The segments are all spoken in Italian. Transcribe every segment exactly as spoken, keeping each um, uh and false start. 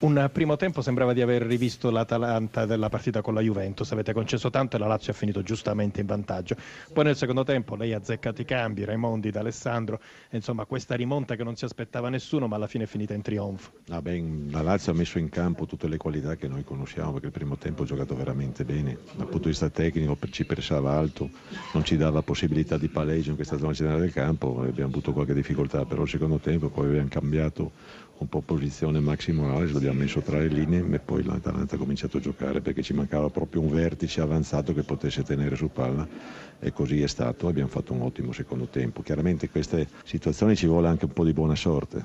Un primo tempo sembrava di aver rivisto l'Atalanta della partita con la Juventus, avete concesso tanto e la Lazio è finito giustamente in vantaggio. Poi nel secondo tempo lei ha azzeccato i cambi, Raimondi, D'Alessandro, insomma questa rimonta che non si aspettava nessuno, ma alla fine è finita in trionfo. Ah ben, la Lazio ha messo in campo tutte le qualità che noi conosciamo, perché il primo tempo ha giocato veramente bene, dal punto di vista tecnico ci pressava alto, non ci dava possibilità di palleggio in questa zona centrale del campo, abbiamo avuto qualche difficoltà, però il secondo tempo poi abbiamo cambiato un po' posizione Maxi Morales, l'abbiamo messo tra le linee e poi l'Atalanta ha cominciato a giocare perché ci mancava proprio un vertice avanzato che potesse tenere su palla e così è stato, abbiamo fatto un ottimo secondo tempo. Chiaramente in queste situazioni ci vuole anche un po' di buona sorte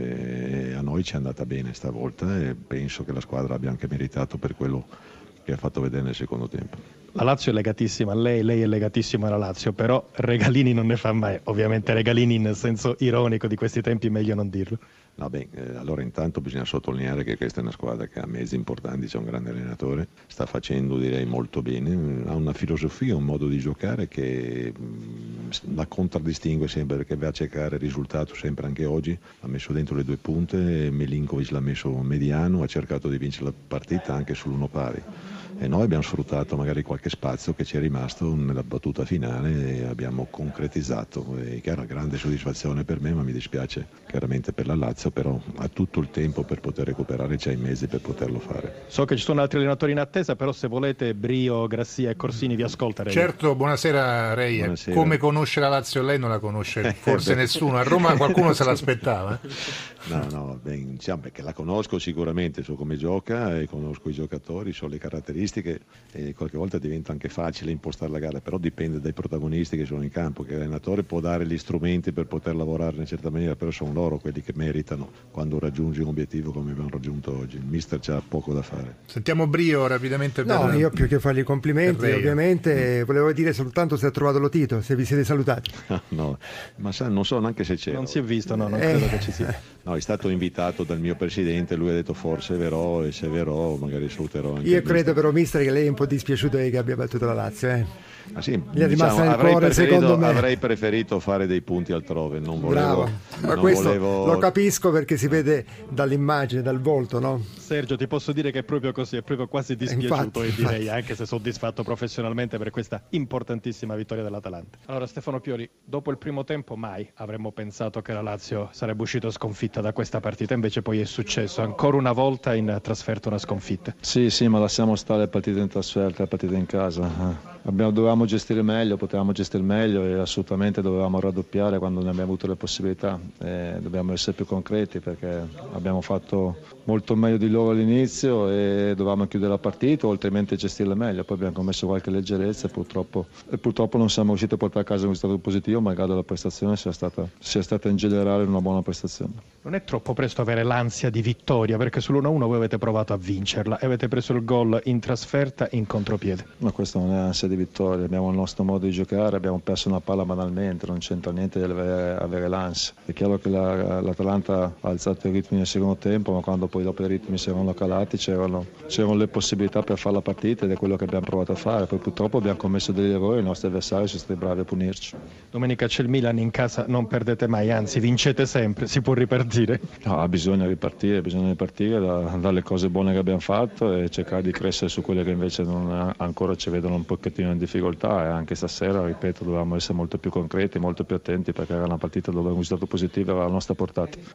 e a noi ci è andata bene stavolta e penso che la squadra abbia anche meritato per quello che ha fatto vedere nel secondo tempo. La Lazio è legatissima a lei, lei è legatissima alla Lazio, però regalini non ne fa mai, ovviamente regalini nel senso ironico di questi tempi, meglio non dirlo. No, beh, eh, allora intanto bisogna sottolineare che questa è una squadra che ha mezzi importanti, c'è un grande allenatore, sta facendo direi molto bene, ha una filosofia, un modo di giocare che mh, la contraddistingue sempre perché va a cercare il risultato sempre anche oggi, ha messo dentro le due punte, Milinkovic l'ha messo mediano, ha cercato di vincere la partita anche sull'uno pari. E noi abbiamo sfruttato magari qualche spazio che ci è rimasto nella battuta finale e abbiamo concretizzato, e che era grande soddisfazione per me, ma mi dispiace chiaramente per la Lazio, però ha tutto il tempo per poter recuperare, c'ha i mesi per poterlo fare. So che ci sono altri allenatori in attesa, però se volete Brio, Grassia e Corsini vi ascolta. Reia. Certo, buonasera Reia. Buonasera. Come conosce la Lazio lei non la conosce forse nessuno, a Roma qualcuno se l'aspettava. No, no, ben, diciamo che la conosco sicuramente, so come gioca e conosco i giocatori, so le caratteristiche e qualche volta diventa anche facile impostare la gara, però dipende dai protagonisti che sono in campo, che l'allenatore può dare gli strumenti per poter lavorare in una certa maniera, però sono loro quelli che meritano quando raggiungi un obiettivo come abbiamo raggiunto oggi. Il mister c'ha poco da fare. Sentiamo Brio rapidamente. Per no, io più che fargli complimenti ovviamente mm. volevo dire soltanto se ha trovato lo Tito, se vi siete salutati. No, ma sa, non so neanche se c'è. Non si è visto, no, non eh. credo che ci sia. No, è stato invitato dal mio presidente, lui ha detto forse verrò e se verrò magari saluterò anche. Io credo però mister che lei è un po' dispiaciuto che abbia battuto la Lazio, eh. Ah, sì, Gli è rimasta diciamo, nel avrei, cuore, preferito, secondo me. avrei preferito fare dei punti altrove, non volevo. Bravo. Ma non questo volevo... lo capisco perché si vede dall'immagine, dal volto, no? Sergio, ti posso dire che è proprio così, è proprio quasi dispiaciuto infatti, e direi infatti. anche se soddisfatto professionalmente per questa importantissima vittoria dell'Atalanta. Allora Stefano Pioli, dopo il primo tempo mai avremmo pensato che la Lazio sarebbe uscita sconfitta da questa partita, invece poi è successo ancora una volta in trasferta una sconfitta. Sì, sì, ma lasciamo stare le partite in trasferta, le partite in casa. Abbiamo, dovevamo gestire meglio, potevamo gestire meglio e assolutamente dovevamo raddoppiare quando ne abbiamo avuto le possibilità. E dobbiamo essere più concreti perché abbiamo fatto molto meglio di loro all'inizio e dovevamo chiudere la partita o altrimenti gestirla meglio. Poi abbiamo commesso qualche leggerezza e purtroppo, e purtroppo non siamo riusciti a portare a casa un risultato positivo, malgrado la prestazione sia stata, sia stata in generale una buona prestazione. Non è troppo presto avere l'ansia di vittoria perché sull'uno a uno voi avete provato a vincerla e avete preso il gol in trasferta in contropiede. Ma questa non è ansia di vittoria, abbiamo il nostro modo di giocare, abbiamo perso una palla banalmente, non c'entra niente di avere, avere l'ansia. È chiaro che la, l'Atalanta ha alzato i ritmi nel secondo tempo, ma quando poi dopo i ritmi si erano calati c'erano, c'erano le possibilità per fare la partita ed è quello che abbiamo provato a fare. Poi purtroppo abbiamo commesso degli errori e i nostri avversari sono stati bravi a punirci. Domenica c'è il Milan in casa, non perdete mai, anzi vincete sempre, si può ripartire. No, bisogna ripartire, bisogna ripartire da, dalle cose buone che abbiamo fatto e cercare di crescere su quelle che invece non, ancora ci vedono un pochettino in difficoltà e anche stasera, ripeto, dovevamo essere molto più concreti, molto più attenti perché era una partita dove un risultato positivo era alla nostra portata.